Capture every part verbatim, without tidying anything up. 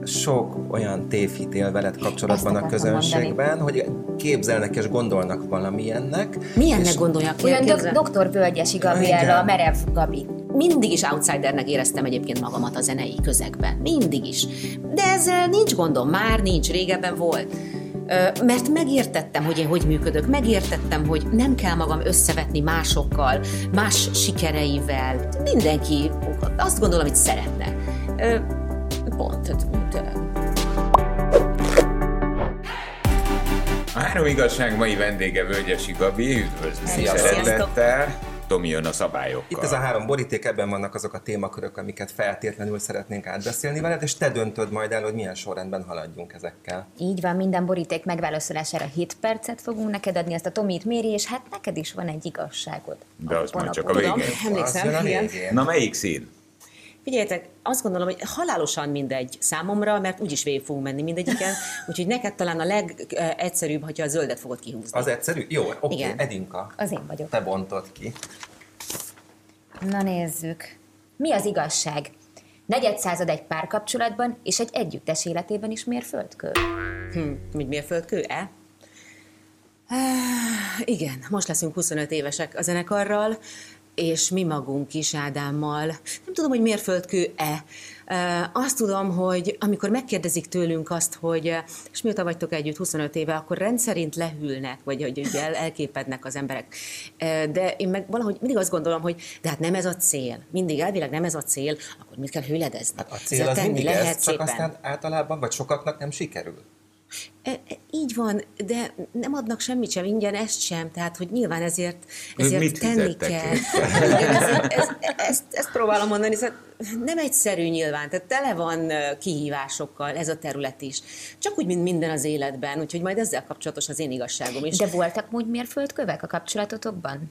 sok olyan tévhit él veled kapcsolatban a közönségben, hogy képzelnek és gondolnak valamilyennek. Milyennek gondolják? Olyan do- doktor Völgyesi Gabriella, merev Gabi. Mindig is outsidernek éreztem egyébként magamat a zenei közegben. Mindig is. De ezzel nincs gondom, már nincs, régebben volt. Mert megértettem, hogy én hogy működök, megértettem, hogy nem kell magam összevetni másokkal, más sikereivel. Mindenki azt gondolom, hogy szeretne. Pont. A Három Igazság mai vendége Völgyesi Gabi, üdvözlöm szeretettel. Tomi jön a szabályokkal. Itt ez a három boríték, ebben vannak azok a témakörök, amiket feltétlenül szeretnénk átbeszélni veled, és te döntöd majd el, hogy milyen sorrendben haladjunk ezekkel. Így van, minden boríték megválaszolására hét percet fogunk neked adni, ezt a Tomit méri, és hát neked is van egy igazságod. De az majd csak a végén. Emlékszem, igen. Na, melyik szín? Figyeljetek, azt gondolom, hogy halálosan mindegy számomra, mert úgyis végig fogunk menni mindegyiken, úgyhogy neked talán a legegyszerűbb, hogyha a zöldet fogod kihúzni. Az egyszerű? Jó, oké, okay. Edinka. Az én vagyok. Te bontod ki. Na nézzük. Mi az igazság? Negyedszázad egy párkapcsolatban, és egy együttes életében is mérföldkő? Hm, mit mérföldkő-e? Uh, igen, most leszünk huszonöt évesek a zenekarral, és mi magunk is Ádámmal. Nem tudom, hogy mérföldkő-e. Azt tudom, hogy amikor megkérdezik tőlünk azt, hogy és mióta vagytok együtt huszonöt éve, akkor rendszerint lehűlnek, vagy hogy el, elképednek az emberek. De én meg valahogy mindig azt gondolom, hogy de hát nem ez a cél. Mindig elvileg nem ez a cél, akkor mit kell hőledezni? Hát a cél az mindig ez, csak aztán általában, vagy sokaknak nem sikerül. E, e, így van, de nem adnak semmit sem, ingyen ezt sem, tehát hogy nyilván ezért, ezért tenni kell. Igen, ezért, ez, ezt, ezt próbálom mondani, szóval nem egyszerű nyilván, tehát tele van kihívásokkal ez a terület is. Csak úgy, mint minden az életben, úgyhogy majd ezzel kapcsolatos az én igazságom is. De voltak úgy mérföldkövek a kapcsolatotokban?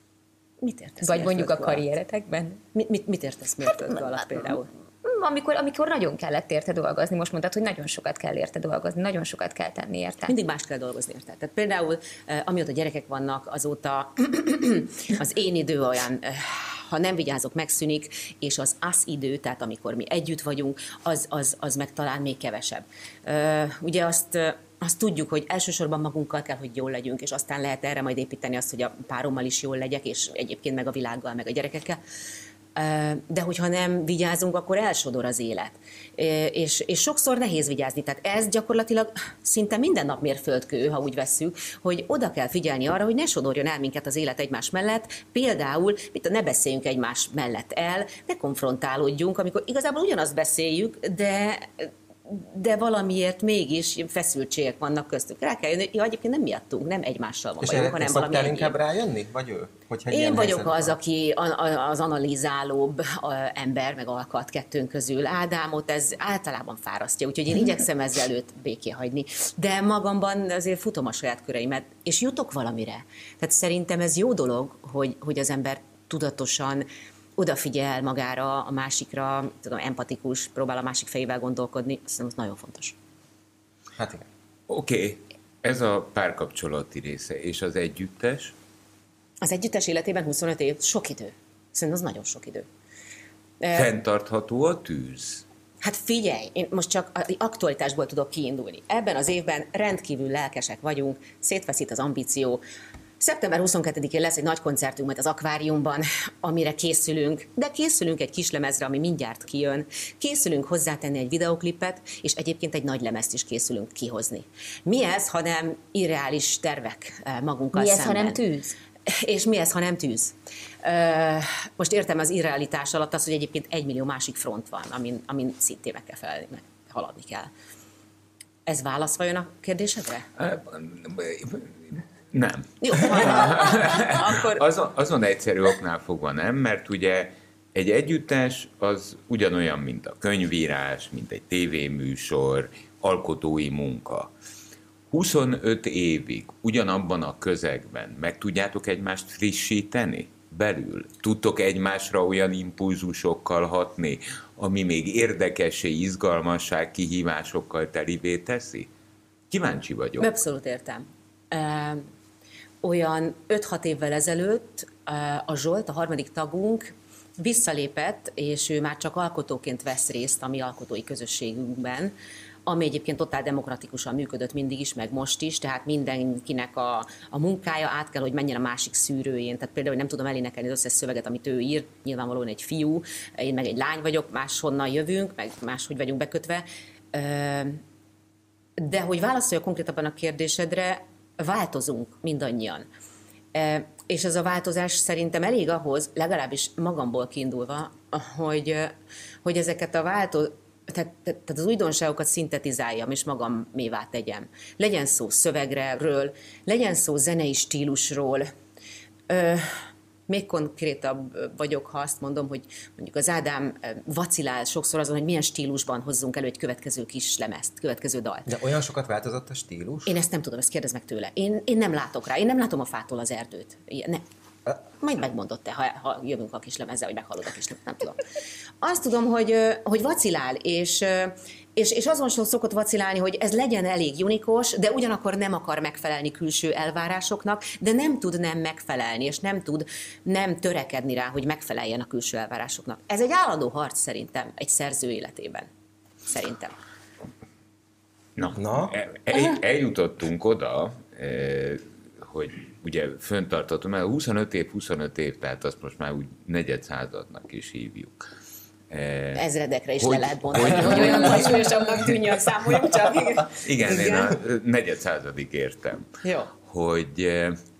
Mit értesz? Vagy mondjuk a karrieretekben? Mit, mit, mit értesz mérföldkő alatt például? Amikor, amikor nagyon kellett érte dolgozni, most mondtad, hogy nagyon sokat kell érte dolgozni, nagyon sokat kell tenni érte. Mindig más kell dolgozni érte. Tehát például, amióta gyerekek vannak, azóta az én idő olyan, ha nem vigyázok, megszűnik, és az az idő, tehát amikor mi együtt vagyunk, az, az, az meg talán még kevesebb. Ugye azt... Azt tudjuk, hogy elsősorban magunkkal kell, hogy jól legyünk, és aztán lehet erre majd építeni azt, hogy a párommal is jól legyek, és egyébként meg a világgal, meg a gyerekekkel. De hogyha nem vigyázunk, akkor elsodor az élet. És, és sokszor nehéz vigyázni. Tehát ez gyakorlatilag szinte minden nap mérföldkő, ha úgy vesszük, hogy oda kell figyelni arra, hogy ne sodorjon el minket az élet egymás mellett. Például, mit, ne beszéljünk egymás mellett el, ne konfrontálódjunk, amikor igazából ugyanazt beszéljük, de... de valamiért mégis feszültségek vannak köztük. Rá kell jönni, hogy egyébként nem miattunk, nem egymással van bajunk, hanem valami egyéb. És inkább rájönni, vagy ő? Hogyha én vagyok az, aki az analizálóbb ember, meg alkat kettőnk közül. Ádámot ez általában fárasztja, úgyhogy én igyekszem ezzel őt békén hagyni. De magamban azért futom a saját köreimet, és jutok valamire. Tehát szerintem ez jó dolog, hogy, hogy az ember tudatosan odafigyel magára, a másikra, tudom, empatikus, próbál a másik fejével gondolkodni, szerintem ez nagyon fontos. Hát igen. Oké, okay. Ez a párkapcsolati része, és az együttes? Az együttes életében huszonöt év, sok idő. Szerintem az nagyon sok idő. Fenntartható a tűz? Hát figyelj, én most csak az aktualitásból tudok kiindulni. Ebben az évben rendkívül lelkesek vagyunk, szétveszít az ambíció. szeptember huszonkettedikén lesz egy nagy koncertünk majd az akváriumban, amire készülünk, de készülünk egy kislemezre, ami mindjárt kijön. Készülünk hozzátenni egy videoklipet, és egyébként egy nagy lemezt is készülünk kihozni. Mi ez, ha nem irreális tervek magunkkal mi ez, szemben? Ha nem tűz? És mi ez, ha nem tűz? Most értem az irrealitás alatt az, hogy egyébként egymillió másik front van, amin, amin szintén meg kell felelni, meg haladni kell. Ez válasz vajon a kérdésedre? Nem. Jó, akkor... azon, azon egyszerű oknál fogva nem, mert ugye egy együttes az ugyanolyan, mint a könyvírás, mint egy tévéműsor, alkotói munka. huszonöt évig ugyanabban a közegben meg tudjátok egymást frissíteni belül? Tudtok egymásra olyan impulzusokkal hatni, ami még érdekessé, izgalmassá, kihívásokkal telivé teszi? Kíváncsi vagyok. Abszolút értem. Uh, olyan öt-hat évvel ezelőtt uh, a Zsolt, a harmadik tagunk, visszalépett, és ő már csak alkotóként vesz részt a mi alkotói közösségünkben, ami egyébként totál demokratikusan működött mindig is, meg most is, tehát mindenkinek a, a munkája át kell, hogy menjen a másik szűrőjén. Tehát például, hogy nem tudom elénekelni az összes szöveget, amit ő ír, nyilvánvalóan egy fiú, én meg egy lány vagyok, máshonnan jövünk, meg máshogy vagyunk bekötve. De hogy válaszoljak konkrétabban a kérdésedre, változunk mindannyian. És ez a változás szerintem elég ahhoz, legalábbis magamból kiindulva, hogy, hogy ezeket a változó, tehát, tehát az újdonságokat szintetizáljam, és magamévá tegyem. Legyen szó szövegről, legyen szó zenei stílusról. Ö, még konkrétabb vagyok, ha azt mondom, hogy mondjuk az Ádám vacilál sokszor azon, hogy milyen stílusban hozzunk elő egy következő kis lemezt, következő dalt. De olyan sokat változott a stílus? Én ezt nem tudom, ezt kérdezd meg tőle. Én, én nem látok rá, én nem látom a fától az erdőt. Ne. Majd megmondod te, ha, ha jövünk a kis lemezzel, vagy meghallod a kis lemezzel, nem tudom. Azt tudom, hogy, hogy vacilál, és, és, és azon sem szokott vacilálni, hogy ez legyen elég unikos, de ugyanakkor nem akar megfelelni külső elvárásoknak, de nem tud nem megfelelni, és nem tud nem törekedni rá, hogy megfeleljen a külső elvárásoknak. Ez egy állandó harc szerintem egy szerző életében. Szerintem. Na, Na? El, eljutottunk oda, hogy ugye föntartatom, mert huszonöt év, huszonöt év, tehát azt most már úgy negyedszázadnak is hívjuk. Ezredekre is hogy, le lehet bontani, hogy, hogy, hogy olyan nagy súlyosabbnak tűnjön, számoljunk csak. Igen, igen, én a negyedszázadig értem. Jó. Hogy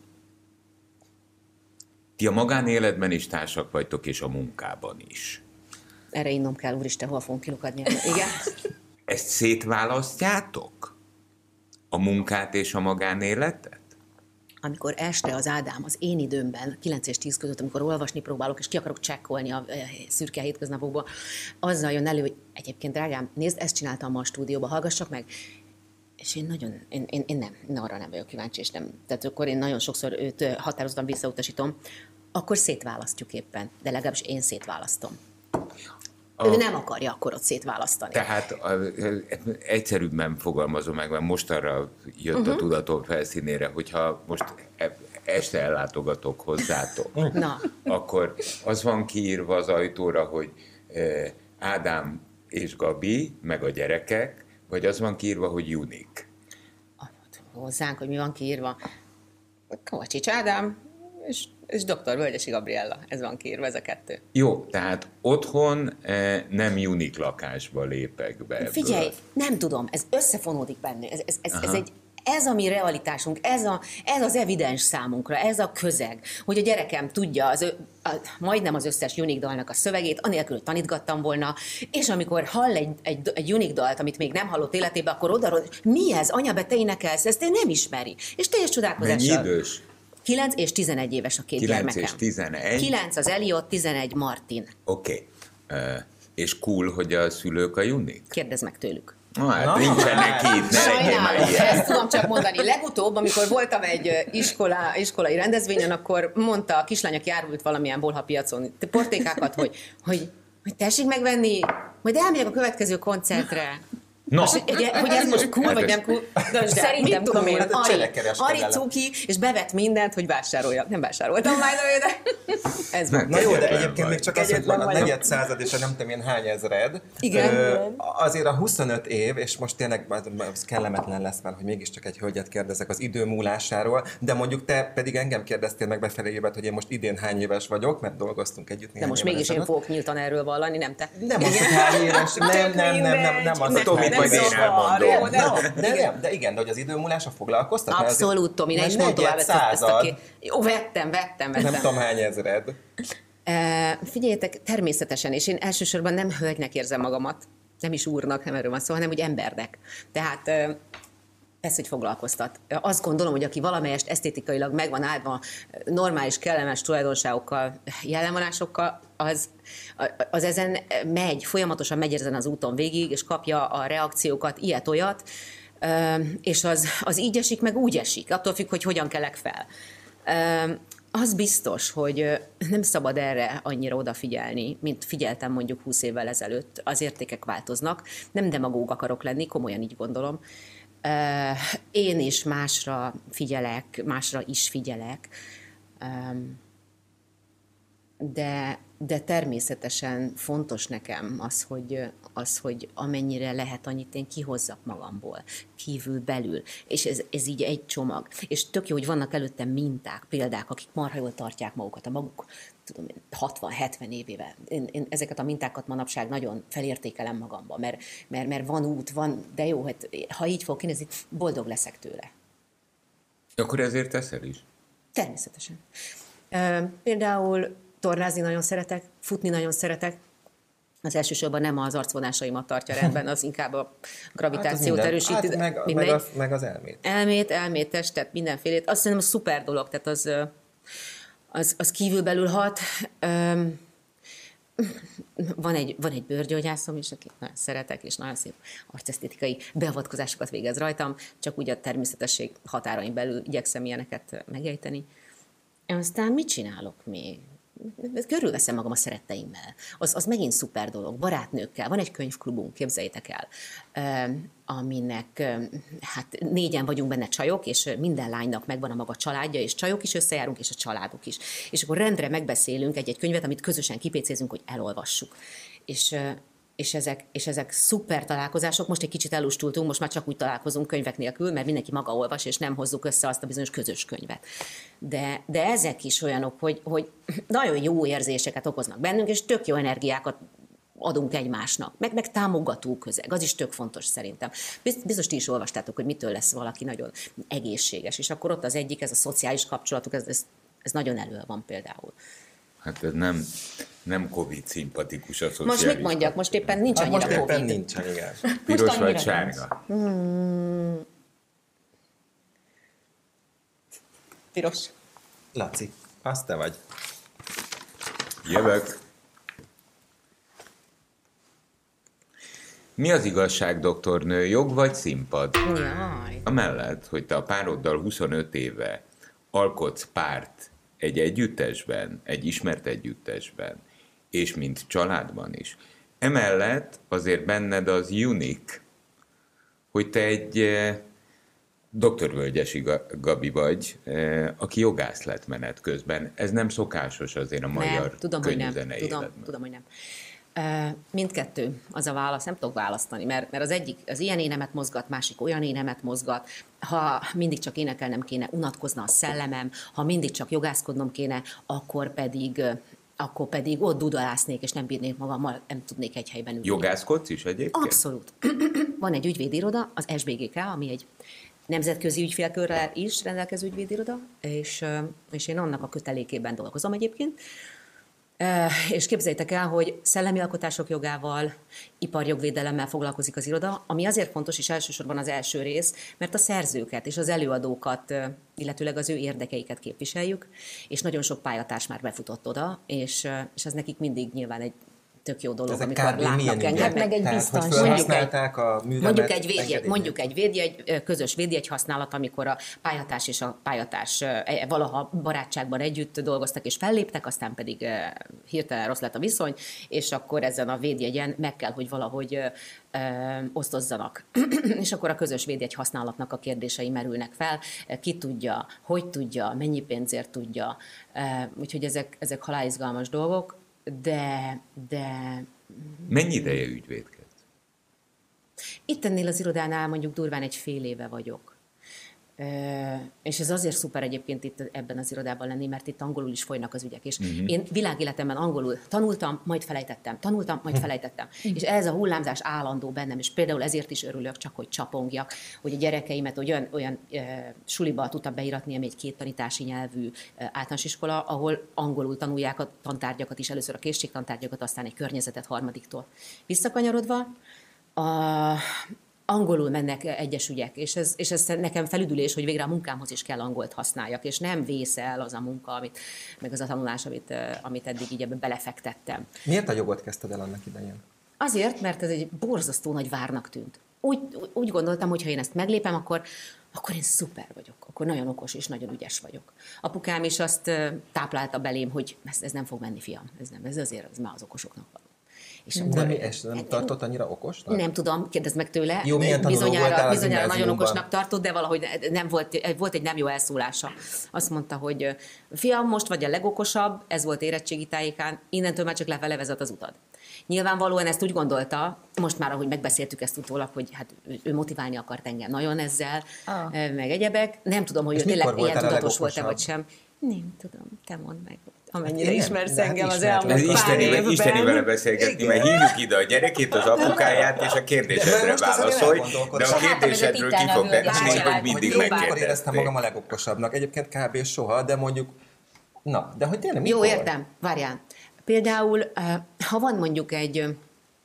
ti a magánéletben is társak vagytok, és a munkában is. Erre innom kell, úristen, hol fogunk kilukadni. Igen. Ezt szétválasztjátok? A munkát és a magánéletet? Amikor este az Ádám az én időmben, kilenc és tíz között, amikor olvasni próbálok, és ki akarok csekkolni a szürke hétköznapokból, azzal jön elő, hogy egyébként, drágám, nézd, ezt csináltam ma a stúdióba, hallgassak meg. És én nagyon, én, én, én nem, én arra nem vagyok kíváncsi, és nem. Tehát akkor én nagyon sokszor őt határozottan visszautasítom. Akkor szétválasztjuk éppen, de legalábbis én szétválasztom. A... Ő nem akarja akkor ott szétválasztani. Tehát a, egyszerűbben fogalmazom meg, mert most arra jött uh-huh. a tudatom felszínére, hogyha most este ellátogatok hozzátok, Na. akkor az van kiírva az ajtóra, hogy Ádám és Gabi, meg a gyerekek, vagy az van kiírva, hogy Unique? Hozzánk, hogy mi van kiírva. Kovacsics Ádám, és, és doktor Völgyesi Gabriella. Ez van kiírva, ez a kettő. Jó, tehát otthon eh, nem Unique lakásba lépek be ebből. Figyelj, nem tudom, ez összefonódik benne. Ez, ez, ez, ez, egy, ez a mi realitásunk, ez, a, ez az evidens számunkra, ez a közeg, hogy a gyerekem tudja az, a, majdnem az összes Unique dalnak a szövegét, anélkül, hogy tanítgattam volna, és amikor hall egy, egy, egy Unique dalt, amit még nem hallott életében, akkor oda, mi ez, anya, be te énekelsz, ezt ő nem ismeri. És teljes csodálkozással. Mennyi idős? kilenc és tizenegy éves a két kilenc gyermekem. és tizenegy? kilenc az Eliott, tizenegy Martin. Oké. Okay. Uh, és cool, hogy a szülők a Unique? Kérdezz meg tőlük. Na, hát Na, nincsenek itt, ne legyen már ilyen. Ezt tudom csak mondani. Legutóbb, amikor voltam egy iskola, iskolai rendezvényen, akkor mondta a kislány, aki árult valamilyen bolhapiacon portékákat, hogy, hogy, hogy tessék megvenni, majd elmegyek a következő koncertre. No. Most, ugye, hogy ez most cool, vagy nem cool? De szerintem tudom én, Ari, Ari cuki, és bevett mindent, hogy vásároljak. Nem vásároltam már, de ez van. Na jó, de egyébként még csak az, hogy van a negyed század, és a nem tudom én hány ezred. Igen. Ö, azért a huszonöt év, és most tényleg az kellemetlen lesz már, hogy mégiscsak egy hölgyet kérdezek az idő múlásáról, de mondjuk te pedig engem kérdeztél meg befelé évet, hogy én most idén hány éves vagyok, mert dolgoztunk együtt néhány. De most mégis én fogok nyíltan erről vallani, nem te. Nem az, hogy hány éves, nem, nem, nem, nem, nem az, Tomit majd én elmondom. De, de, nem, de igen, de hogy az időmúlása foglalkoztat? Abszolút, Tomi, ne is mondd tovább ezt, ezt a két. Jó, vettem, vettem, vettem. Nem tudom hány ezred. E, figyeljetek, természetesen, és én elsősorban nem hölgynek érzem magamat, nem is úrnak, nem erről van szó, hanem úgy embernek. Tehát ez, hogy foglalkoztat. Azt gondolom, hogy aki valamelyest esztétikailag meg van áldva normális, kellemes tulajdonságokkal, jellemvonásokkal, az, az ezen megy, folyamatosan megy ezen az úton végig, és kapja a reakciókat, ilyet-olyat, és az, az így esik, meg úgy esik, attól függ, hogy hogyan kelek fel. Az biztos, hogy nem szabad erre annyira odafigyelni, mint figyeltem mondjuk húsz évvel ezelőtt. Az értékek változnak, nem demagóg akarok lenni, komolyan így gondolom. Én is másra figyelek, másra is figyelek. de, de természetesen fontos nekem az hogy, az, hogy amennyire lehet, annyit én kihozzak magamból, kívül, belül. És ez, ez így egy csomag. És tök jó, hogy vannak előttem minták, példák, akik marha jól tartják magukat, a maguk tudom én, hatvan-hetven évével. Én, én ezeket a mintákat manapság nagyon felértékelem magamba, mert, mert, mert van út, van, de jó, hát, ha így fog kinézni, boldog leszek tőle. Akkor ezért teszel is? Természetesen. Például tornázni nagyon szeretek, futni nagyon szeretek. Az elsősorban nem az arcvonásaimat tartja rendben, az inkább a gravitációt hát erősíti. Hát meg, meg, az, meg az elmét. Elmét, elmét, testet, mindenfélét. Azt szerintem a szuper dolog, tehát az, az, az kívülbelül hat. Van egy, van egy bőrgyógyászom is, akit nagyon szeretek, és nagyon szép arcesztétikai beavatkozásokat végez rajtam, csak úgy a természetesség határain belül igyekszem ilyeneket megjegyteni. Aztán mit csinálok még? Körülveszem magam a szeretteimmel. Az, az megint szuper dolog. Barátnőkkel. Van egy könyvklubunk, képzeljétek el, aminek, hát négyen vagyunk benne csajok, és minden lánynak megvan a maga családja, és csajok is összejárunk, és a családok is. És akkor rendre megbeszélünk egy-egy könyvet, amit közösen kipécézünk, hogy elolvassuk. És És ezek, és ezek szuper találkozások. Most egy kicsit elustultunk, most már csak úgy találkozunk könyvek nélkül, mert mindenki maga olvas, és nem hozzuk össze azt a bizonyos közös könyvet. De, de ezek is olyanok, hogy, hogy nagyon jó érzéseket okoznak bennünk, és tök jó energiákat adunk egymásnak, meg, meg támogató közeg, az is tök fontos szerintem. Biztos ti is olvastátok, hogy mitől lesz valaki nagyon egészséges, és akkor ott az egyik, ez a szociális kapcsolatok, ez, ez, ez nagyon elő van például. Hát ez nem, nem Covid szimpatikus a szociális. Most mit mondjak? Most éppen nincs Hát annyira most Covid. éppen nincsen, igen. Piros vagy sárga? Hmm. Piros. Laci, azt te vagy. Jövök. Mi az igazság, doktornő, jog vagy színpad? Jaj. Amellett, hogy te a pároddal huszonöt éve alkotsz párt egy együttesben, egy ismert együttesben, és mint családban is. Emellett azért benned az unik, hogy te egy eh, doktor Völgyesi Gabi vagy, eh, aki jogász lett menet közben. Ez nem szokásos azért a magyar Nem, tudom, hogy nem. könnyűzene Tudom, életben. tudom, hogy nem. Uh, mindkettő az a válasz, nem tudok választani, mert, mert az egyik az ilyen énemet mozgat, másik olyan énemet mozgat. Ha mindig csak énekelnem kéne, unatkozna a szellemem, ha mindig csak jogászkodnom kéne, akkor pedig, akkor pedig ott dudalásznék, és nem bírnék magammal, nem tudnék egy helyben ülni. Jogászkodsz is egyébként? Abszolút. Van egy ügyvédiroda, az es bé gé ká, ami egy nemzetközi ügyfélkörrel is rendelkező ügyvédiroda, és, és én annak a kötelékében dolgozom egyébként. És képzeljétek el, hogy szellemi alkotások jogával, iparjogvédelemmel foglalkozik az iroda, ami azért fontos, és elsősorban az első rész, mert a szerzőket és az előadókat, illetőleg az ő érdekeiket képviseljük, és nagyon sok pályatárs már befutott oda, és, és ez nekik mindig nyilván egy tök jó dolog, Ezek amikor kb. látnak engem. meg egy Tehát, hogy biztonság. felhasználták a művemet. Mondjuk egy védjegy, engedélyt. mondjuk egy védjegy, közös védjegy használat, amikor a pályatárs és a pályatárs valaha barátságban együtt dolgoztak és felléptek, aztán pedig hirtelen rossz lett a viszony, és akkor ezen a védjegyen meg kell, hogy valahogy ö, ö, osztozzanak. És akkor a közös védjegy használatnak a kérdései merülnek fel. Ki tudja, hogy tudja, mennyi pénzért tudja. Úgyhogy ezek, ezek halálizgalmas dolgok, de, de Mennyi ideje ügyvédkedsz? itt ennél az irodánál mondjuk durván egy fél éve vagyok. Ö, és ez azért szuper egyébként itt ebben az irodában lenni, mert itt angolul is folynak az ügyek. És uh-huh. én világéletemben angolul tanultam, majd felejtettem, tanultam, majd felejtettem. Uh-huh. És ez a hullámzás állandó bennem, és például ezért is örülök csak, hogy csapongjak, hogy a gyerekeimet olyan, olyan ö, suliba tudtam beiratni, ami egy két tanítási nyelvű ö, általános iskola, ahol angolul tanulják a tantárgyakat is, először a készségtantárgyakat, aztán egy környezetet harmadiktól. Visszakanyarodva, a, angolul mennek egyes ügyek, és ez, és ez nekem felüdülés, hogy végre a munkámhoz is kell angolt használjak, és nem vész el az a munka, amit, meg az a tanulás, amit, amit eddig így ebbe belefektettem. Miért a jogot kezdted el annak idején? Azért, mert ez egy borzasztó nagy várnak tűnt. Úgy, úgy gondoltam, hogy ha én ezt meglépem, akkor, akkor én szuper vagyok, akkor nagyon okos és nagyon ügyes vagyok. Apukám is azt táplálta belém, hogy ez, ez nem fog menni, fiam, ez nem, ez azért ez már az okosoknak való. És De mi ezt nem tartott annyira okosnak? Nem tudom, kérdezd meg tőle. Jó, milyen tanuló bizonyára, voltál az bizonyára nagyon gimnáziumban? okosnak tartott, de valahogy nem volt, volt egy nem jó elszólása. Azt mondta, hogy fiam, most vagy a legokosabb, ez volt érettségi tájékán, innentől már csak lefele vezet az utad. Nyilvánvalóan ezt úgy gondolta, most már, ahogy megbeszéltük ezt utólag, hogy hát ő motiválni akart engem nagyon ezzel, Ah. meg egyebek. Nem tudom, hogy És ő tényleg mikor ilyen voltál a tudatos volt-e vagy legokosabb? sem. Nem tudom, te mondd meg, amennyire Hát én nem, ismersz de hát engem az ismertlek. elmúlt Ez pár isteni, évben. isteni vele beszélgetni, mert hívjuk ide a gyerekét, az apukáját, és a De kérdésedre most ezen én válaszolj, elgondolkodom. de a Hát, kérdésedről ki fog amit tenni, itt hogy mindig Hogy én mikor éreztem magam a megkérdezték. legokosabbnak? Egyébként kb. Soha, de mondjuk, na, de hogy tényleg mikor? Jó, értem. Várjál. Például, eh, ha van mondjuk egy, eh,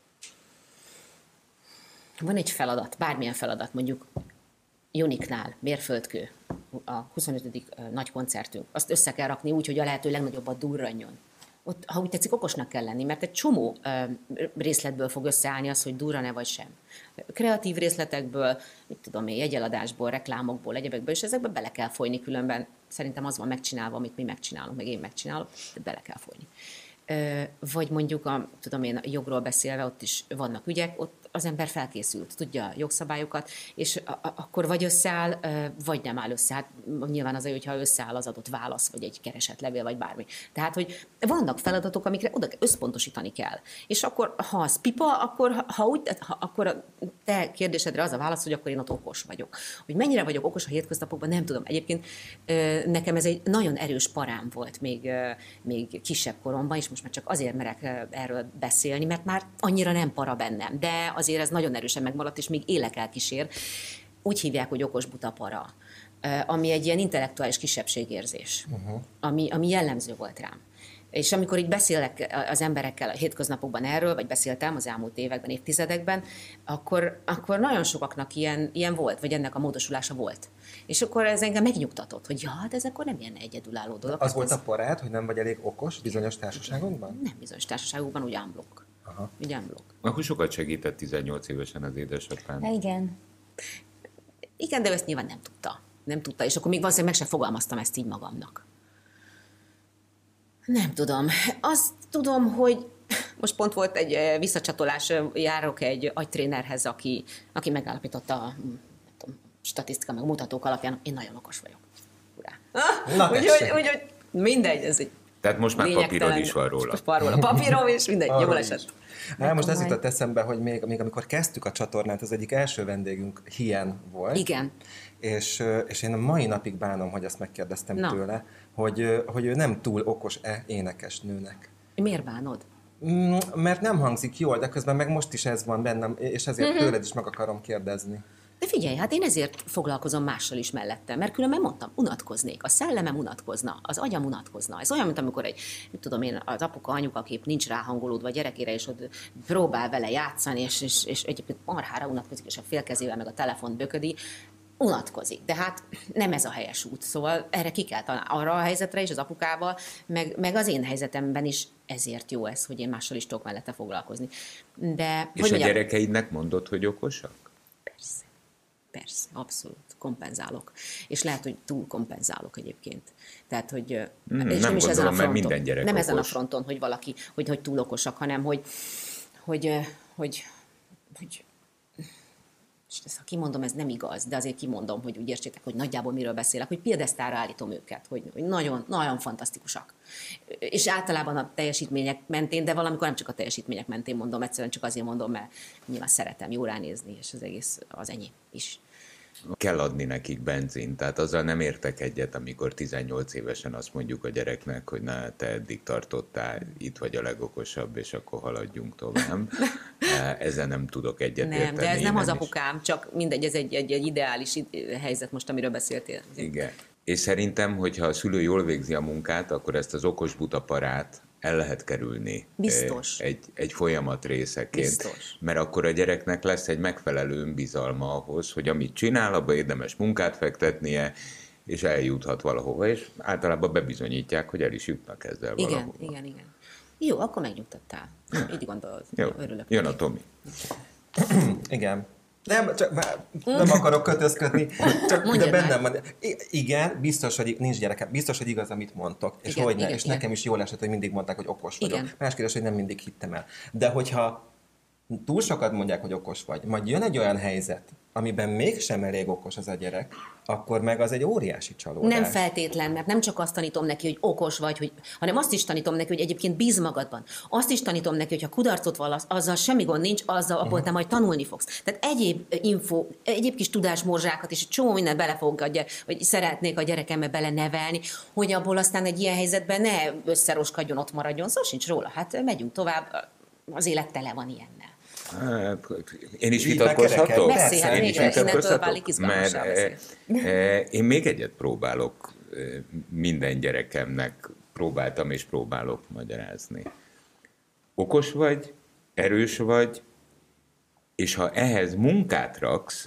van egy feladat, bármilyen feladat, mondjuk Uniknál, mérföldkő, a huszonötödik eh, nagy koncertünk, azt össze kell rakni úgy, hogy a lehető legnagyobbat durranjon. Ott, ha úgy tetszik, okosnak kell lenni, mert egy csomó eh, részletből fog összeállni az, hogy durran-e vagy sem. Kreatív részletekből, mit tudom én, jegyeladásból, reklámokból, egyebekből, és ezekbe bele kell folyni, különben szerintem az van megcsinálva, amit mi megcsinálunk, meg én megcsinálok, de bele kell folyni. Ö, Vagy mondjuk, a, tudom én, a jogról beszélve, ott is vannak ügyek, ott az ember felkészült, tudja a jogszabályokat, és a, a, akkor vagy összeáll, ö, vagy nem áll össze. Hát nyilván az, hogyha összeáll az adott válasz, vagy egy keresett levél, vagy bármi. Tehát, hogy vannak feladatok, amikre oda összpontosítani kell. És akkor, ha az pipa, akkor, ha úgy, ha, akkor a te kérdésedre az a válasz, hogy akkor én ott okos vagyok. Hogy mennyire vagyok okos a hétköznapokban, nem tudom. Egyébként ö, nekem ez egy nagyon erős parám volt még, ö, még kisebb koromban, és most már csak azért merek ö, erről beszélni, mert már annyira nem para bennem, de azért ez nagyon erősen megmaradt, és még élek elkísér. Úgy hívják, hogy okos buta para, ö, ami egy ilyen intellektuális kisebbségérzés, uh-huh. ami, ami jellemző volt rám. És amikor így beszélek az emberekkel a hétköznapokban erről, vagy beszéltem az elmúlt években, évtizedekben, akkor, akkor nagyon sokaknak ilyen, ilyen volt, vagy ennek a módosulása volt. És akkor ez engem megnyugtatott, hogy ja, hát ez akkor nem ilyen egyedülálló dolog. Az hát volt ez a parád, hogy nem vagy elég okos bizonyos társaságokban? Nem bizonyos társaságokban, úgy unblock. Aha. Úgy unblock. Akkor sokat segített tizennyolc évesen az édesapám. Ja, igen. Igen, de ő ezt nyilván nem tudta. Nem tudta, és akkor még valószínűleg meg sem fogalmaztam ezt így magamnak. Nem tudom. Azt tudom, hogy most pont volt egy eh, visszacsatolás, eh, járok egy agytrénerhez, aki, aki megállapította a nem tudom, statisztika meg mutatók alapján, én nagyon okos vagyok. Urá. Na, Úgyhogy tessék. úgy, úgy, mindegy, ez egy Tehát most már lényegtelen- papírod is van róla. Most már róla papírom, és mindegy, Arról jól is. esett. Hát most ez komoly. jutott eszembe, hogy még, még amikor kezdtük a csatornát, az egyik első vendégünk Hien volt. Igen. És, ö, és én a mai napig bánom, hogy azt megkérdeztem Na. tőle, hogy, ö, hogy ő nem túl okos-e énekesnőnek. Miért bánod? Mm, mert nem hangzik jól, de közben meg most is ez van bennem, és ezért Mhm. uh-huh. tőled is meg akarom kérdezni. De figyelj, hát én ezért foglalkozom mással is mellettem, mert különben mondtam, unatkoznék, a szellemem unatkozna, az agyam unatkozna. Ez olyan, mint amikor egy, mit tudom én, az apuka, anyuka kép nincs ráhangolódva a gyerekére, és ott próbál vele játszani, és, és, és egyébként marhára unatkozik, és a félkezével meg a telefont böködi, unatkozik. De hát nem ez a helyes út, szóval erre ki kell találni, arra a helyzetre is, az apukával, meg, meg az én helyzetemben is ezért jó ez, hogy én mással is tudok mellette foglalkozni. De, És hogy a mondjam, gyerekeidnek mondod, hogy okosak? Persze. Persze, abszolút. Kompenzálok. És lehet, hogy túl kompenzálok egyébként. Tehát, hogy Hmm, és nem is ezen a gondolom, mert fronton. minden gyerek Nem ezen a okos. fronton, hogy valaki, hogy, hogy túl okosak, hanem hogy, hogy, hogy, hogy, hogy és ezt, ha kimondom, ez nem igaz, de azért kimondom, hogy úgy értsétek, hogy nagyjából miről beszélek, hogy piedesztára állítom őket, hogy, hogy nagyon, nagyon fantasztikusak. És általában a teljesítmények mentén, de valamikor nem csak a teljesítmények mentén mondom, egyszerűen csak azért mondom, mert nyilván szeretem jó ránézni, és az egész az enyém is. Kell adni nekik benzint, tehát azzal nem értek egyet, amikor tizennyolc évesen azt mondjuk a gyereknek, hogy na, te eddig tartottál, itt vagy a legokosabb, és akkor haladjunk tovább. Ezzel nem tudok egyet Nem, érteni. de ez nem én az is. apukám, csak mindegy, ez egy, egy, egy ideális id- helyzet most, amiről beszéltél. Igen. És szerintem, hogyha a szülő jól végzi a munkát, akkor ezt az okos buta parát el lehet kerülni. Biztos. eh, Egy, egy folyamat részeként. Biztos. Mert akkor a gyereknek lesz egy megfelelő önbizalma ahhoz, hogy amit csinál, abba érdemes munkát fektetnie, és eljuthat valahova, és általában bebizonyítják, hogy el is jutnak ezzel Igen, valahova. igen, igen. Jó, akkor megnyugtattál. Így gondolod. Jó, Örülök. jön neki. a Tomi. Igen. Nem, csak már nem akarok kötözködni, csak Mondjad de bennem már. van. I- Igen, biztos, hogy nincs gyerekem, biztos, hogy igaz, amit mondtok. És Igen, hogy ne, igen, és igen. nekem is jól esett, hogy mindig mondták, hogy okos vagyok. Igen. Más kérdés, hogy nem mindig hittem el. De hogyha túl sokat mondják, hogy okos vagy, majd jön egy olyan helyzet, amiben mégsem elég okos az a gyerek, akkor meg az egy óriási csalódás. Nem feltétlen, mert nem csak azt tanítom neki, hogy okos vagy, hogy, hanem azt is tanítom neki, hogy egyébként bíz magadban. Azt is tanítom neki, hogy ha kudarcot vallasz, azzal semmi gond nincs, azzal abból Mhm. te majd tanulni fogsz. Tehát egyéb info, egyéb kis tudásmorzsákat és egy csomó mindent bele fogok, a gyere, vagy szeretnék a gyerekembe bele nevelni, hogy abból aztán egy ilyen helyzetben ne összeroskadjon, ott maradjon. Szó sincs róla. Hát megyünk tovább, az élet tele van ilyennel. Hát, én is Így vitatkozhatok? már Beszélhet, Persze, Én még is innentől vitatkozhatok? válik izgalmassá Mert beszél. eh, eh, én még egyet próbálok, eh, minden gyerekemnek próbáltam és próbálok magyarázni. Okos vagy, erős vagy, és ha ehhez munkát raksz,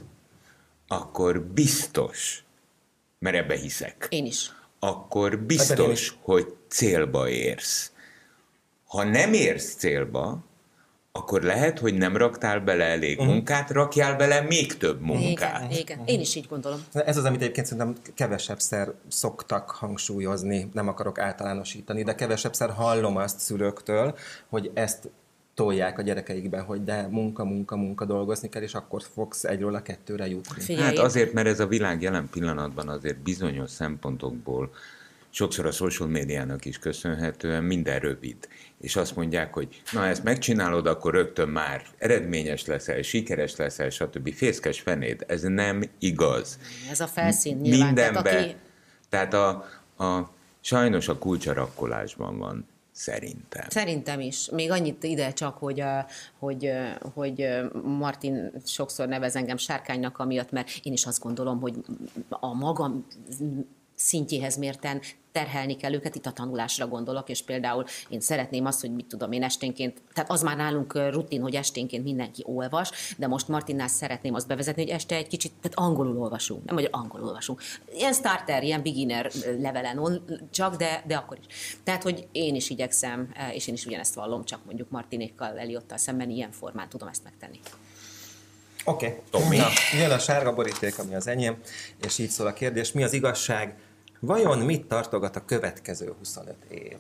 akkor biztos, mert ebbe hiszek, Én is. akkor Hát, én biztos, is. hogy célba érsz. Ha nem érsz célba, akkor lehet, hogy nem raktál bele elég Mhm. munkát, rakjál bele még több munkát. Igen, igen. Én is így gondolom. Ez az, amit egyébként szerintem kevesebbszer szoktak hangsúlyozni, nem akarok általánosítani, de kevesebbszer hallom azt szülőktől, hogy ezt tolják a gyerekeikben, hogy de munka, munka, munka dolgozni kell, és akkor fogsz egyről a kettőre jutni. Figyelj, Hát azért, mert ez a világ jelen pillanatban azért bizonyos szempontokból sokszor a social médiának is köszönhetően minden rövid. És azt mondják, hogy na ezt megcsinálod, akkor rögtön már eredményes leszel, sikeres leszel, stb. Fészkes fenéd. Ez nem igaz. ez a felszín nyilván. Mindenben. Tehát, aki, Tehát a, a, sajnos a kulcs a rakkolásban van, szerintem. Szerintem is. Még annyit ide csak, hogy, a- hogy, hogy Martin sokszor nevez engem sárkánynak amiatt, mert én is azt gondolom, hogy a magam szintjéhez mérten terhelni kell őket, itt a tanulásra gondolok, és például én szeretném azt, hogy mit tudom én esténként, tehát az már nálunk rutin, hogy esténként mindenki olvas, de most Martinnál szeretném azt bevezetni, hogy este egy kicsit, tehát angolul olvasunk, nem, hogy angolul olvasunk. Ilyen starter, ilyen beginner levelen on, csak, de, de akkor is. Tehát, hogy én is igyekszem, és én is ugyanezt vallom, csak mondjuk Martinékkal, Eliottal szemben ilyen formán tudom ezt megtenni. Oké, okay. Na, jön a sárga boríték, ami az enyém, és így szól a kérdés, mi az igazság? Vajon mit tartogat a következő huszonöt év?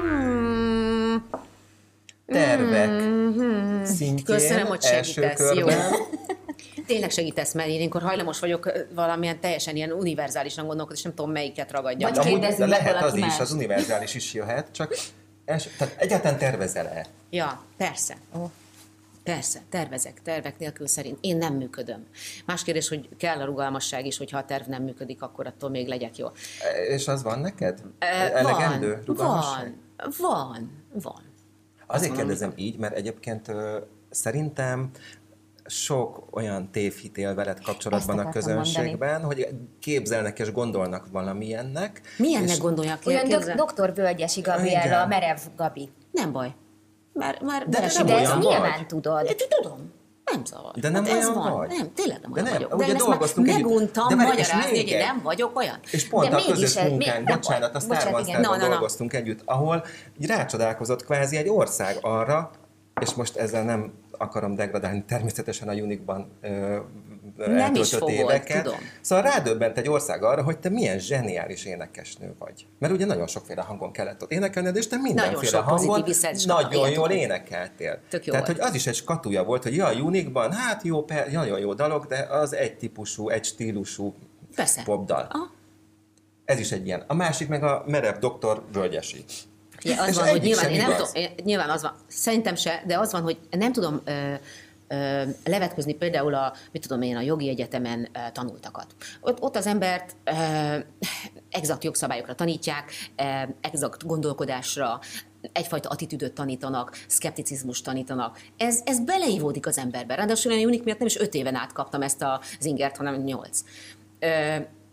Tervek szintjén, Köszönöm, hogy első segítesz, jó. körben. Tényleg segítesz, mert én ilyenkor hajlamos vagyok ö, valamilyen teljesen ilyen univerzálisan gondolkodni, és nem tudom, melyiket ragadjam. Vagy Amúgy, kérdezzünk de meg lehet az valaki is, mást. az univerzális is jöhet, csak els, tehát egyáltalán tervezel-e? Ja, persze. Persze, tervezek, tervek nélkül szerint. Én nem működöm. Más kérdés, hogy kell a rugalmasság is, hogyha a terv nem működik, akkor attól még legyek jó. És az van neked? Ö, Elegendő van, rugalmasság? van, van, van. Azért mondom, kérdezem így, mert egyébként ö, szerintem sok olyan tévhit veled kapcsolatban Ezt a akartam közönségben, hogy képzelnek és gondolnak valamilyennek. Milyennek és gondoljak? Olyan Képzel- dok- doktor Völgyesi Gabriella, Igen. a merev Gabi. Nem baj. Már, már De belesik- nem De ezt olyan nyilván vagy. tudod. Én tudom. Nem zavar. De nem hát ez olyan van. vagy. Nem, tényleg nem De olyan nem, vagyok. ugye De ezt már dolgoztunk együtt. meguntam De várj, és magyarázni, még hogy én egy. nem vagyok olyan. És pont De a mégis közös ez- munkánk, még- bocsánat, a bocsánat, Star igen. Wars-tában Na, na, na. dolgoztunk együtt, ahol így rácsodálkozott kvázi egy ország arra, és most ezzel nem akarom degradálni természetesen a Unique-ban ö, Nem is eltöltött fogod, éveket. tudom. Szóval rádöbbent egy ország arra, hogy te milyen zseniális énekesnő vagy. Mert ugye nagyon sokféle hangon kellett ott énekelned, és te mindenféle sok pozitív hangon visszajelzést kaptam. nagyon Igen, jól tudom. énekeltél. Tök jó Tehát, volt. hogy az is egy skatuja volt, hogy ja, a Unique-ban, hát jó, per, nagyon jó dalok, de az egy típusú, egy stílusú Persze. popdal. Aha. Ez is egy ilyen. A másik meg a merev doktor Völgyesi. Ja, az És van, hogy egyik nyilván, sem én nem igaz. tudom, én- nyilván az van, szerintem se, de az van, hogy nem tudom ö, ö, levetközni például a, mit tudom én, a jogi egyetemen ö, tanultakat. Ott, ott az embert ö, exakt jogszabályokra tanítják, ö, exakt gondolkodásra, egyfajta attitűdöt tanítanak, szkepticizmust tanítanak. Ez, ez beleívódik az emberbe. Ráadásul én a Unique miatt nem is öt éven át kaptam ezt a zingert, hanem nyolc. Ö,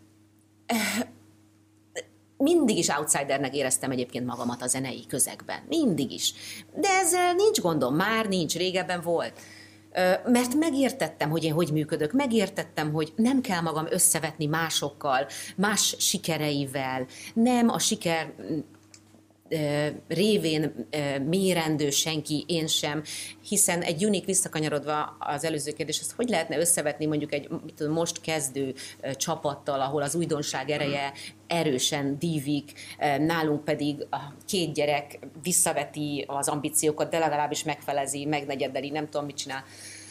mindig is outsidernek éreztem egyébként magamat a zenei közegben. Mindig is. De ezzel nincs gondom. Már nincs, régebben volt. Ö, Mert megértettem, hogy én hogy működök, megértettem, hogy nem kell magam összevetni másokkal, más sikereivel, nem a siker révén mérendő senki, én sem, hiszen egy unik visszakanyarodva az előző kérdéshez, hogy lehetne összevetni mondjuk egy mit tudom, most kezdő csapattal, ahol az újdonság ereje erősen dívik, nálunk pedig a két gyerek visszaveti az ambíciókat, de legalábbis megfelezi, megnegyeddeli, nem tudom, mit csinál.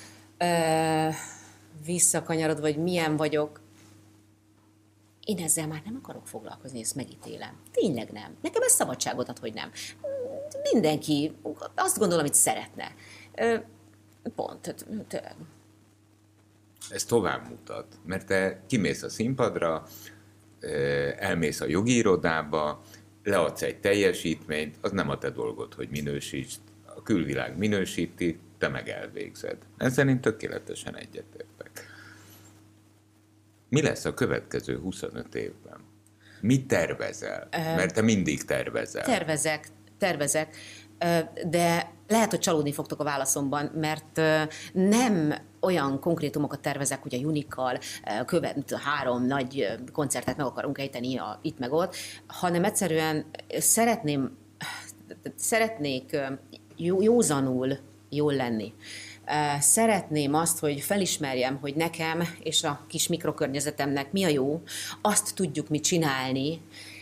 Visszakanyarodva, vagy milyen vagyok, én ezzel már nem akarok foglalkozni, ezt megítélem. Tényleg nem. Nekem ez szabadságot ad, hogy nem. Mindenki azt gondol, amit szeretne. Pont. Ez tovább mutat, mert te kimész a színpadra, elmész a jogi irodába, leadsz egy teljesítményt, az nem a te dolgod, hogy minősítsd. A külvilág minősíti, te meg elvégzed. Ezzel én tökéletesen egyetértek. Mi lesz a következő huszonöt évben? Mit tervezel? Mert te mindig tervezel. Tervezek, tervezek, de lehet, hogy csalódni fogtok a válaszomban, mert nem olyan konkrétumokat tervezek, hogy a Unikkal követ, három nagy koncertet meg akarunk ejteni a, itt meg ott, hanem egyszerűen szeretném, szeretnék jó, józanul jól lenni. Szeretném azt, hogy felismerjem, hogy nekem és a kis mikrokörnyezetemnek mi a jó, azt tudjuk mi csinálni,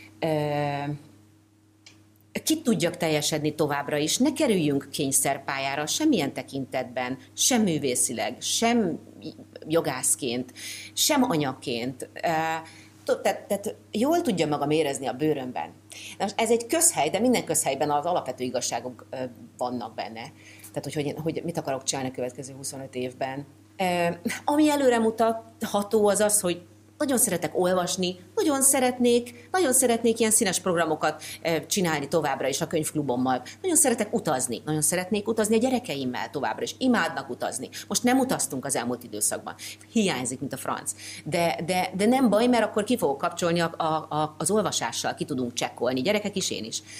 ki tudjak teljesedni továbbra is, ne kerüljünk kényszerpályára semmilyen tekintetben, sem művészileg, sem jogászként, sem anyaként. Tehát, tehát jól tudja magam érezni a bőrömben. Most ez egy közhely, de minden közhelyben az alapvető igazságok vannak benne. Tehát, hogy, hogy, hogy mit akarok csinálni a következő huszonöt évben. Ami előre mutatható az az, hogy nagyon szeretek olvasni, nagyon szeretnék, nagyon szeretnék ilyen színes programokat csinálni továbbra is a könyvklubommal. Nagyon szeretek utazni, nagyon szeretnék utazni a gyerekeimmel továbbra is. Imádnak utazni. Most nem utaztunk az elmúlt időszakban. Hiányzik, mint a franc. De, de, de nem baj, mert akkor ki fogok kapcsolni a, a, az olvasással, ki tudunk csekkolni. Gyerekek is, én is.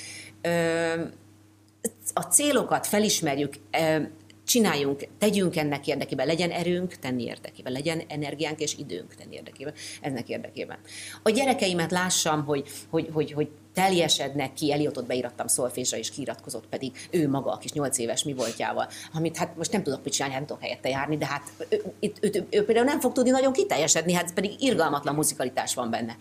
A célokat felismerjük, csináljunk, tegyünk ennek érdekében, legyen erőnk tenni érdekében, legyen energiánk és időnk tenni érdekében, ennek érdekében. A gyerekeimet lássam, hogy, hogy, hogy, hogy teljesednek ki, Eliotot beírattam szolfésra, és kiiratkozott pedig ő maga a kis nyolc éves mi voltjával, amit hát most nem tudok mit csinálni, hát nem tudok helyette járni, de hát ő, ő, ő, ő, ő például nem fog tudni nagyon kiteljesedni, hát pedig irgalmatlan muzikalitás van benne.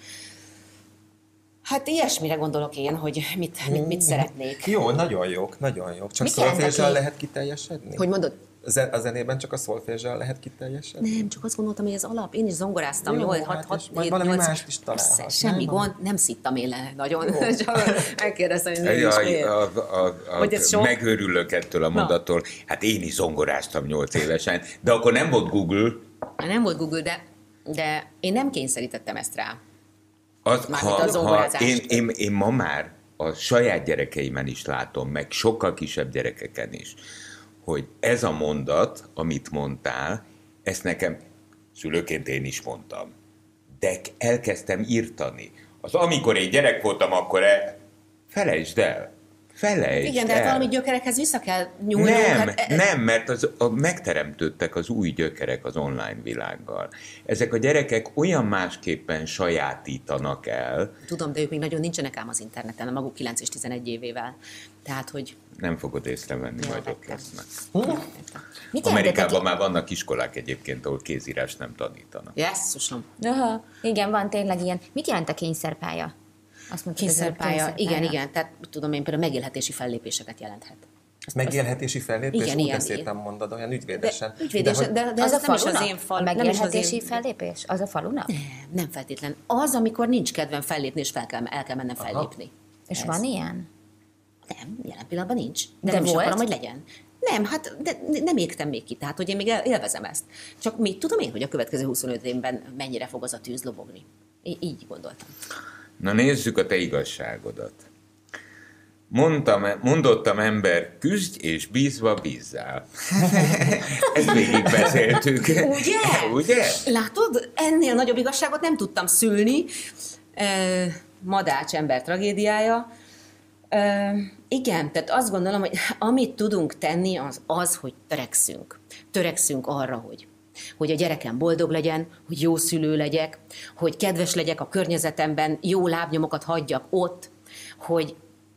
Hát ilyesmire gondolok én, hogy mit, mit, mit szeretnék. Jó, nagyon jók, nagyon jók. Csak Mit szolfézsal lehet kiteljesedni? Hogy mondod? A zenében csak a szolfézsal lehet kiteljesedni? Nem, csak azt gondoltam, hogy ez alap. Én is zongoráztam Jó, nyolc, hát hat, hat, és majd hét, valami nyolc. mást is találhatsz, Persze, semmi nem? gond, nem szittam én le nagyon. Csak megkérdeztem, hogy mégis Jaj, miért. a, a, a, Hogy ez sok? megőrülök ettől a mondattól. Hát én is zongoráztam nyolc évesen, de akkor nem volt Google. Nem volt Google, de, de én nem kényszerítettem ezt rá. Az, Mármint ha, a ha zongorázást. én, én, én ma már a saját gyerekeimen is látom, meg sokkal kisebb gyerekeken is, hogy ez a mondat, amit mondtál, ezt nekem szülőként én is mondtam, de elkezdtem írtani. Az amikor én gyerek voltam, akkor e... felejtsd el. Felejtsd Igen, de el. hát valami gyökerekhez vissza kell nyúlnunk. Nem, hát, nem, mert az, a, megteremtődtek az új gyökerek az online világgal. Ezek a gyerekek olyan másképpen sajátítanak el. Tudom, de ők még nagyon nincsenek ám az interneten, a maguk kilenc és tizenegy évével. Tehát, hogy... Nem fogod észrevenni, Ja, majd ott vettem. lesznek. Mit Amerikában jelentetek? már vannak iskolák egyébként, ahol kézírást nem tanítanak. Jesszusom. Aha, igen, van tényleg ilyen. Mit jelent a kényszerpálya? Azt mondtad, ez a Kényszerpálya, igen, kényszerpálya. igen. Tehát tudom én például megélhetési fellépéseket jelenthet. Ez megélhetési fellépés? Igen, Úgy ilyen. de szépen mondod, olyan ügyvédesen. De, ügyvédesen, de, de, de Az ez a nem is az falunak? én fal, A nem is az megélhetési én... fellépés? Az a falunak? Nem, nem feltétlen. Az, amikor nincs kedvem fellépni, és fel kell, el kell mennem fellépni. És Ez. van ilyen? Nem, jelen pillanatban nincs. De, De nem is volt? akarom, hogy legyen. Nem, hát de nem égtem még ki, tehát hogy én még el- élvezem ezt. Csak mit tudom én, hogy a következő huszonöt évben mennyire fog az a tűz lobogni. Í- így gondoltam. Na nézzük a te igazságodat. Mondtam, mondottam ember, küzdj és bízva bízzál. Ezt végig beszéltük. Ugye? Ugye? Látod, ennél nagyobb igazságot nem tudtam szülni. E, Madács ember tragédiája. E, igen, tehát azt gondolom, hogy amit tudunk tenni, az az, hogy törekszünk. Törekszünk arra, hogy hogy a gyerekem boldog legyen, hogy jó szülő legyek, hogy kedves legyek a környezetemben, jó lábnyomokat hagyjak ott, hogy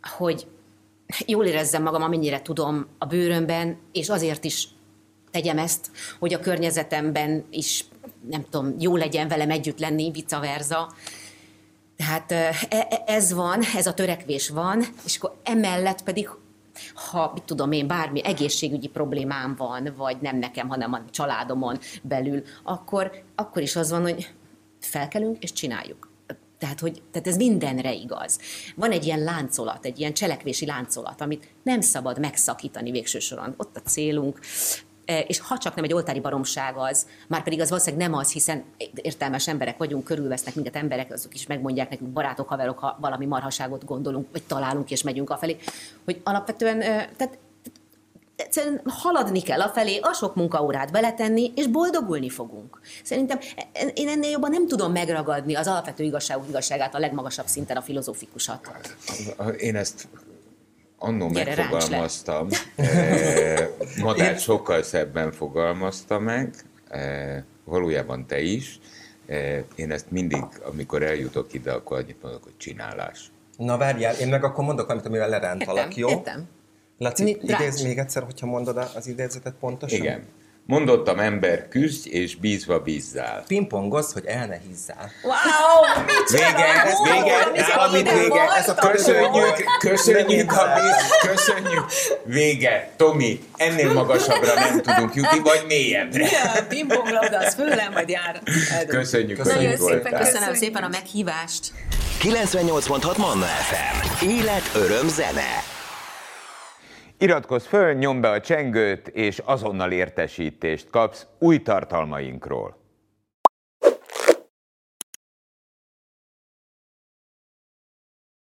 hogy jól érezzem magam, amennyire tudom a bőrömben, és azért is tegyem ezt, hogy a környezetemben is, nem tudom, jó legyen velem együtt lenni, vice versa. Tehát ez van, ez a törekvés van, és akkor emellett pedig, ha, mit tudom én, bármi egészségügyi problémám van, vagy nem nekem, hanem a családomon belül, akkor, akkor is az van, hogy felkelünk és csináljuk. Tehát, hogy, tehát ez mindenre igaz. Van egy ilyen láncolat, egy ilyen cselekvési láncolat, amit nem szabad megszakítani végső soron. Ott a célunk, és ha csak nem egy oltári baromság az, már pedig az valószínűleg nem az, hiszen értelmes emberek vagyunk, körülvesznek minket emberek, azok is megmondják nekünk, barátok, haverok, ha valami marhaságot gondolunk, vagy találunk és megyünk afelé, hogy alapvetően, tehát egyszerűen haladni kell afelé, a sok munkaórát beletenni, és boldogulni fogunk. Szerintem én ennél jobban nem tudom megragadni az alapvető igazságok igazságát a legmagasabb szinten, a filozófikusat. Én ezt annó Gyere, megfogalmaztam, Madár sokkal szebben fogalmazta meg, valójában te is. Én ezt mindig, amikor eljutok ide, akkor annyit mondok, hogy csinálás. Na várjál, én meg akkor mondok valamit, amivel lerántalak, jó? Értem. Laci, idézz még egyszer, hogyha mondod az idézetet pontosan. Igen. Mondottam, ember, küzdj, és bízva bízzál. Pingpongozz, hogy el ne hízzál. Wow, mit Vége, vége, valamit vége. Ez a köszönjük, köszönjük, Gabi, köszönjük. Vége. Tomi, ennél magasabbra nem tudunk jutni, vagy mélyebbre. Ja, pingponglabda, az főlem majd jár. Köszönjük, hogy Nagyon itt szépen voltál. köszönöm szépen a meghívást. kilencvennyolc pont hat Manna ef em. Élet, öröm, zene. Iratkozz föl, nyomd be a csengőt, és azonnal értesítést kapsz új tartalmainkról.